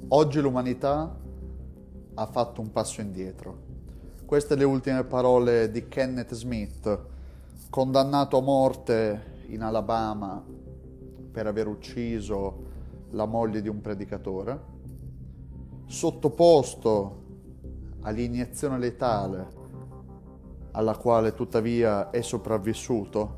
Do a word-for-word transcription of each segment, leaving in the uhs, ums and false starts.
Oggi l'umanità ha fatto un passo indietro. Queste le ultime parole di Kenneth Smith, condannato a morte in Alabama per aver ucciso la moglie di un predicatore, sottoposto all'iniezione letale alla quale tuttavia è sopravvissuto,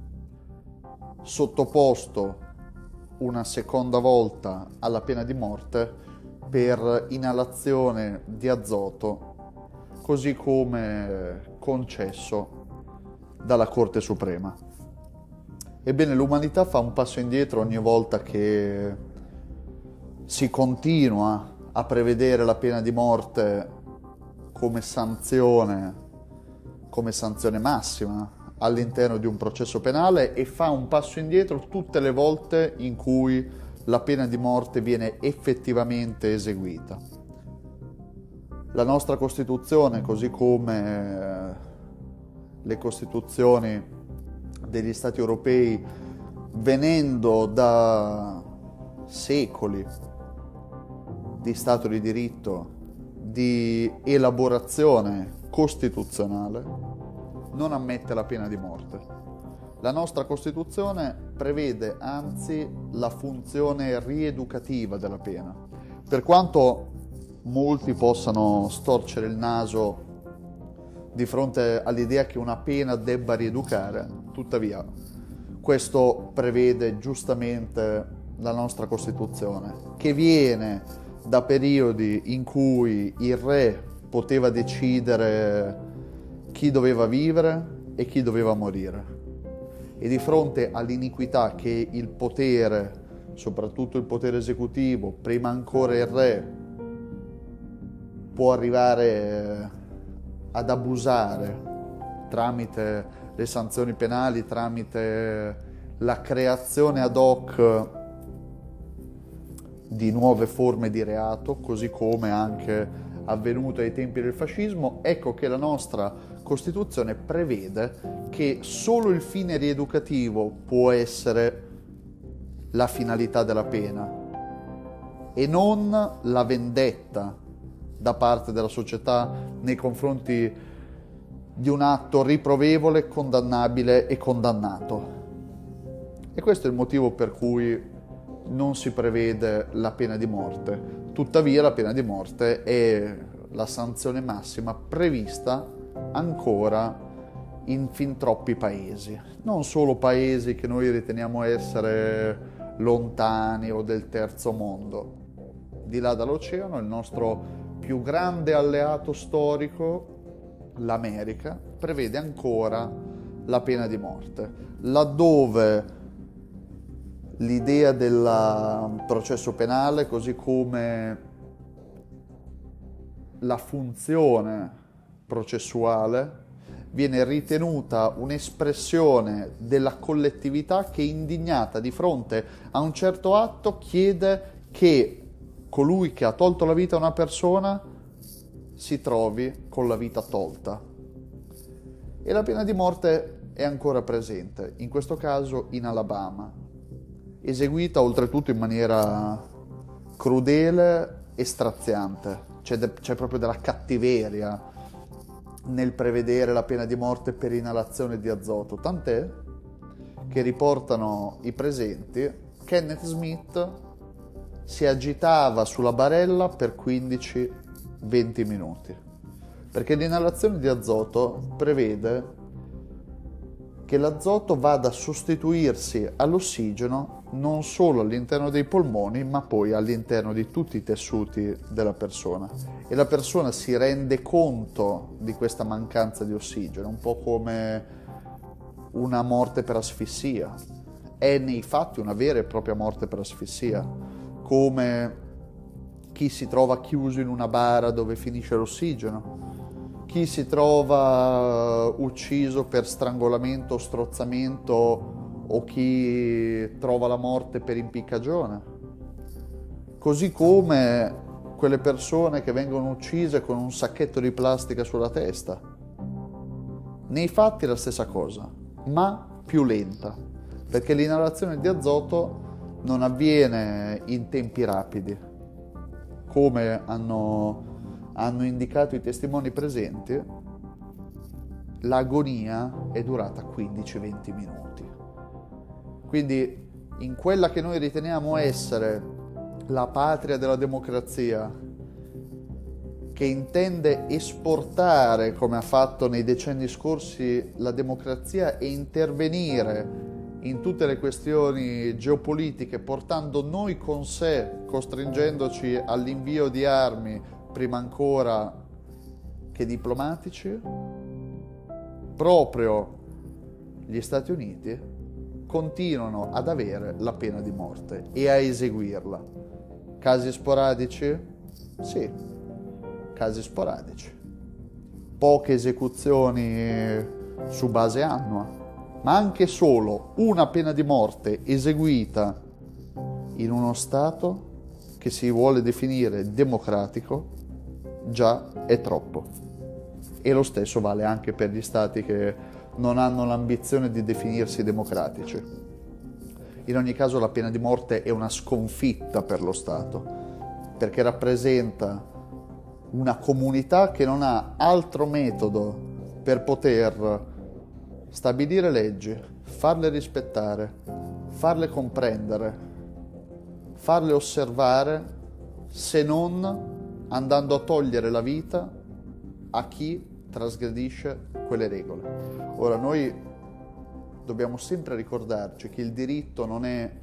sottoposto una seconda volta alla pena di morte per inalazione di azoto, così come concesso dalla Corte Suprema. Ebbene, l'umanità fa un passo indietro ogni volta che si continua a prevedere la pena di morte come sanzione, come sanzione massima all'interno di un processo penale, e fa un passo indietro tutte le volte in cui la pena di morte viene effettivamente eseguita. La nostra Costituzione, così come le Costituzioni degli Stati europei, venendo da secoli di Stato di diritto, di elaborazione costituzionale, non ammette la pena di morte. La nostra Costituzione prevede anzi la funzione rieducativa della pena. Per quanto molti possano storcere il naso di fronte all'idea che una pena debba rieducare, tuttavia questo prevede giustamente la nostra Costituzione, che viene da periodi in cui il re poteva decidere chi doveva vivere e chi doveva morire, e di fronte all'iniquità che il potere, soprattutto il potere esecutivo, prima ancora il re, può arrivare ad abusare tramite le sanzioni penali, tramite la creazione ad hoc di nuove forme di reato, così come anche avvenuto ai tempi del fascismo. Ecco che la nostra Costituzione prevede che solo il fine rieducativo può essere la finalità della pena e non la vendetta da parte della società nei confronti di un atto riprovevole, condannabile e condannato. E questo è il motivo per cui non si prevede la pena di morte. Tuttavia la pena di morte è la sanzione massima prevista ancora in fin troppi paesi, non solo paesi che noi riteniamo essere lontani o del terzo mondo. Di là dall'oceano, il nostro più grande alleato storico, l'America, prevede ancora la pena di morte, laddove l'idea del processo penale, così come la funzione processuale, viene ritenuta un'espressione della collettività che, indignata di fronte a un certo atto, chiede che colui che ha tolto la vita a una persona si trovi con la vita tolta. E la pena di morte è ancora presente, in questo caso in Alabama, eseguita oltretutto in maniera crudele e straziante. C'è, de- c'è proprio della cattiveria nel prevedere la pena di morte per inalazione di azoto, tant'è che, riportano i presenti, Kenneth Smith si agitava sulla barella per quindici venti minuti, perché l'inalazione di azoto prevede che l'azoto vada a sostituirsi all'ossigeno non solo all'interno dei polmoni, ma poi all'interno di tutti i tessuti della persona, e la persona si rende conto di questa mancanza di ossigeno, un po' come una morte per asfissia. È nei fatti una vera e propria morte per asfissia, come chi si trova chiuso in una bara dove finisce l'ossigeno, chi si trova ucciso per strangolamento o strozzamento, o chi trova la morte per impiccagione, così come quelle persone che vengono uccise con un sacchetto di plastica sulla testa. Nei fatti è la stessa cosa, ma più lenta, perché l'inalazione di azoto non avviene in tempi rapidi, come hanno, hanno indicato i testimoni presenti, l'agonia è durata quindici venti minuti. Quindi in quella che noi riteniamo essere la patria della democrazia, che intende esportare, come ha fatto nei decenni scorsi, la democrazia e intervenire in tutte le questioni geopolitiche, portando noi con sé, costringendoci all'invio di armi prima ancora che diplomatici, proprio gli Stati Uniti continuano ad avere la pena di morte e a eseguirla. Casi sporadici? Sì, casi sporadici. Poche esecuzioni su base annua, ma anche solo una pena di morte eseguita in uno Stato che si vuole definire democratico già è troppo. E lo stesso vale anche per gli Stati che non hanno l'ambizione di definirsi democratici. In ogni caso la pena di morte è una sconfitta per lo Stato, perché rappresenta una comunità che non ha altro metodo per poter stabilire leggi, farle rispettare, farle comprendere, farle osservare, se non andando a togliere la vita a chi trasgredisce quelle regole. Ora, noi dobbiamo sempre ricordarci che il diritto non è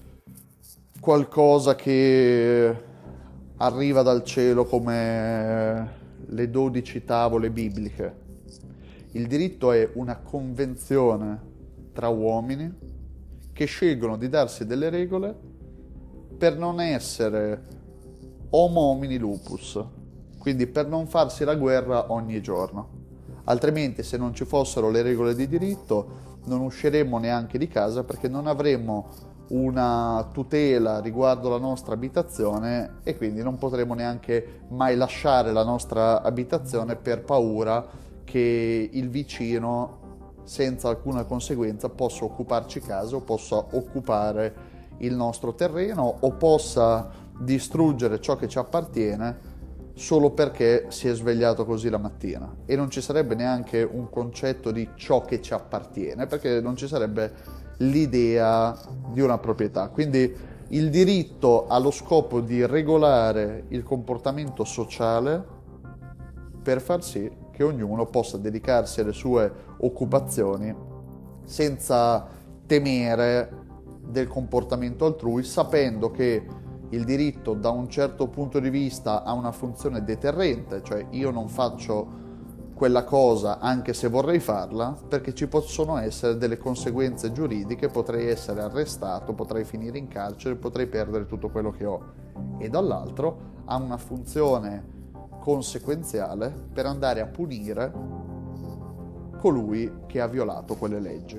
qualcosa che arriva dal cielo come le dodici tavole bibliche. Il diritto è una convenzione tra uomini che scelgono di darsi delle regole per non essere homo homini lupus, quindi per non farsi la guerra ogni giorno. Altrimenti, se non ci fossero le regole di diritto, non usciremmo neanche di casa, perché non avremmo una tutela riguardo la nostra abitazione e quindi non potremo neanche mai lasciare la nostra abitazione per paura che il vicino, senza alcuna conseguenza, possa occuparci casa o possa occupare il nostro terreno o possa distruggere ciò che ci appartiene solo perché si è svegliato così la mattina. E non ci sarebbe neanche un concetto di ciò che ci appartiene, perché non ci sarebbe l'idea di una proprietà. Quindi il diritto ha lo scopo di regolare il comportamento sociale per far sì che ognuno possa dedicarsi alle sue occupazioni senza temere del comportamento altrui, sapendo che il diritto da un certo punto di vista ha una funzione deterrente, cioè io non faccio quella cosa anche se vorrei farla, perché ci possono essere delle conseguenze giuridiche, potrei essere arrestato, potrei finire in carcere, potrei perdere tutto quello che ho. E dall'altro ha una funzione conseguenziale per andare a punire colui che ha violato quelle leggi.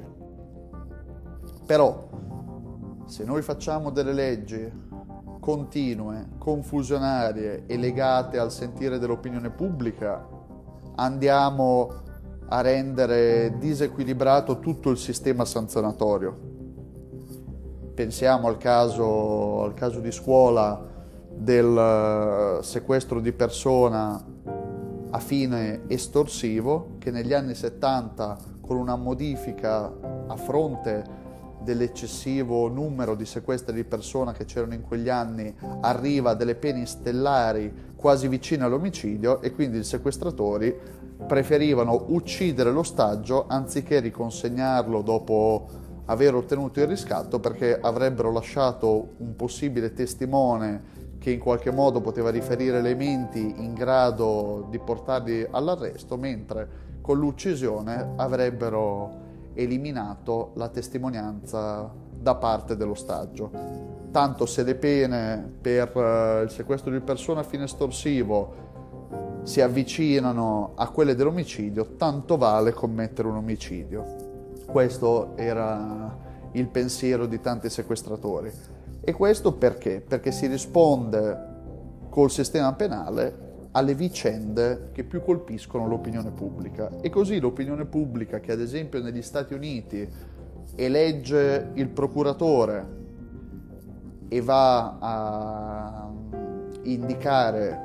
Però se noi facciamo delle leggi continue, confusionarie e legate al sentire dell'opinione pubblica, andiamo a rendere disequilibrato tutto il sistema sanzionatorio. Pensiamo al caso, al caso di scuola del sequestro di persona a fine estorsivo, che negli anni settanta, con una modifica a fronte dell'eccessivo numero di sequestri di persona che c'erano in quegli anni, arriva a delle pene stellari quasi vicine all'omicidio, e quindi i sequestratori preferivano uccidere l'ostaggio anziché riconsegnarlo dopo aver ottenuto il riscatto, perché avrebbero lasciato un possibile testimone che in qualche modo poteva riferire elementi in grado di portarli all'arresto, mentre con l'uccisione avrebbero eliminato la testimonianza da parte dell'ostaggio. Tanto se le pene per il sequestro di persona a fine estorsivo si avvicinano a quelle dell'omicidio, tanto vale commettere un omicidio. Questo era il pensiero di tanti sequestratori. E questo perché? Perché si risponde col sistema penale alle vicende che più colpiscono l'opinione pubblica. E così l'opinione pubblica, che ad esempio negli Stati Uniti elegge il procuratore e va a indicare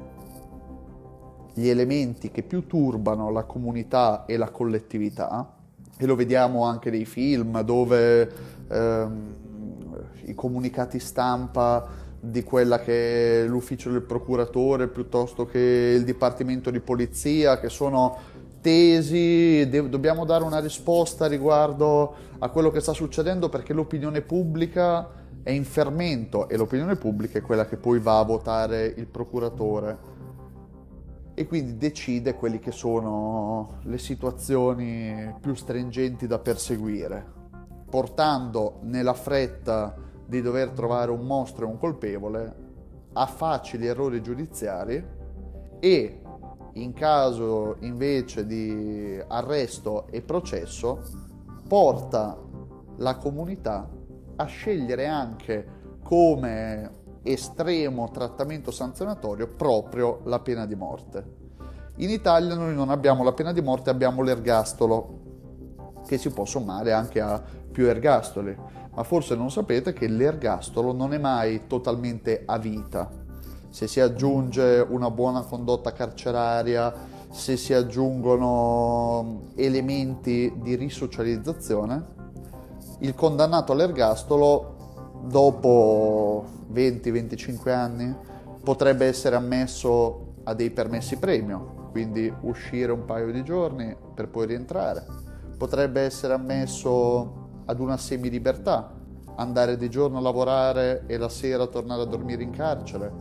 gli elementi che più turbano la comunità e la collettività, e lo vediamo anche nei film dove ehm, i comunicati stampa di quella che è l'ufficio del procuratore piuttosto che il dipartimento di polizia, che sono tesi, de- dobbiamo dare una risposta riguardo a quello che sta succedendo perché l'opinione pubblica è in fermento e l'opinione pubblica è quella che poi va a votare il procuratore e quindi decide quelle che sono le situazioni più stringenti da perseguire, portando nella fretta di dover trovare un mostro e un colpevole a facili errori giudiziari e, in caso invece di arresto e processo, porta la comunità a scegliere anche come estremo trattamento sanzionatorio proprio la pena di morte. In Italia noi non abbiamo la pena di morte, abbiamo l'ergastolo, che si può sommare anche a più ergastoli, ma forse non sapete che l'ergastolo non è mai totalmente a vita. Se si aggiunge una buona condotta carceraria, se si aggiungono elementi di risocializzazione, il condannato all'ergastolo dopo venti venticinque anni potrebbe essere ammesso a dei permessi premio, quindi uscire un paio di giorni per poi rientrare. Potrebbe essere ammesso ad una semilibertà, andare di giorno a lavorare e la sera tornare a dormire in carcere.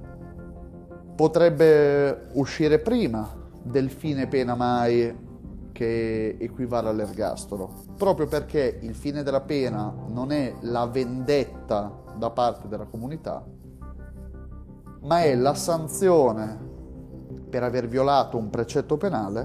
Potrebbe uscire prima del fine pena mai che equivale all'ergastolo, proprio perché il fine della pena non è la vendetta da parte della comunità, ma è la sanzione per aver violato un precetto penale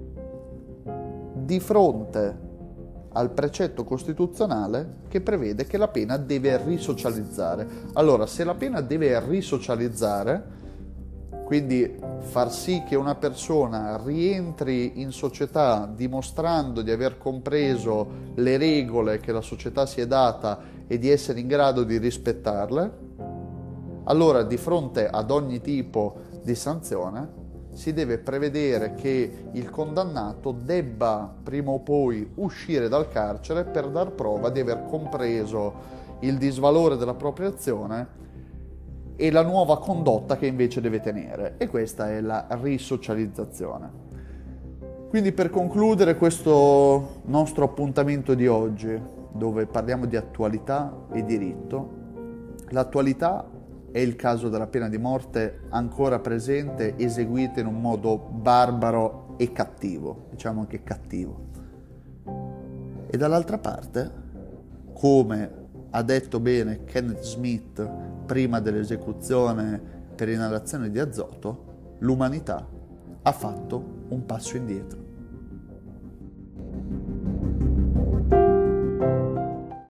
di fronte al precetto costituzionale che prevede che la pena deve risocializzare. Allora, se la pena deve risocializzare, quindi far sì che una persona rientri in società dimostrando di aver compreso le regole che la società si è data e di essere in grado di rispettarle, allora di fronte ad ogni tipo di sanzione si deve prevedere che il condannato debba prima o poi uscire dal carcere per dar prova di aver compreso il disvalore della propria azione e la nuova condotta che invece deve tenere, e questa è la risocializzazione. Quindi, per concludere questo nostro appuntamento di oggi, dove parliamo di attualità e diritto, l'attualità è il caso della pena di morte ancora presente, eseguita in un modo barbaro e cattivo, diciamo anche cattivo. E dall'altra parte, come ha detto bene Kenneth Smith prima dell'esecuzione per inalazione di azoto, l'umanità ha fatto un passo indietro.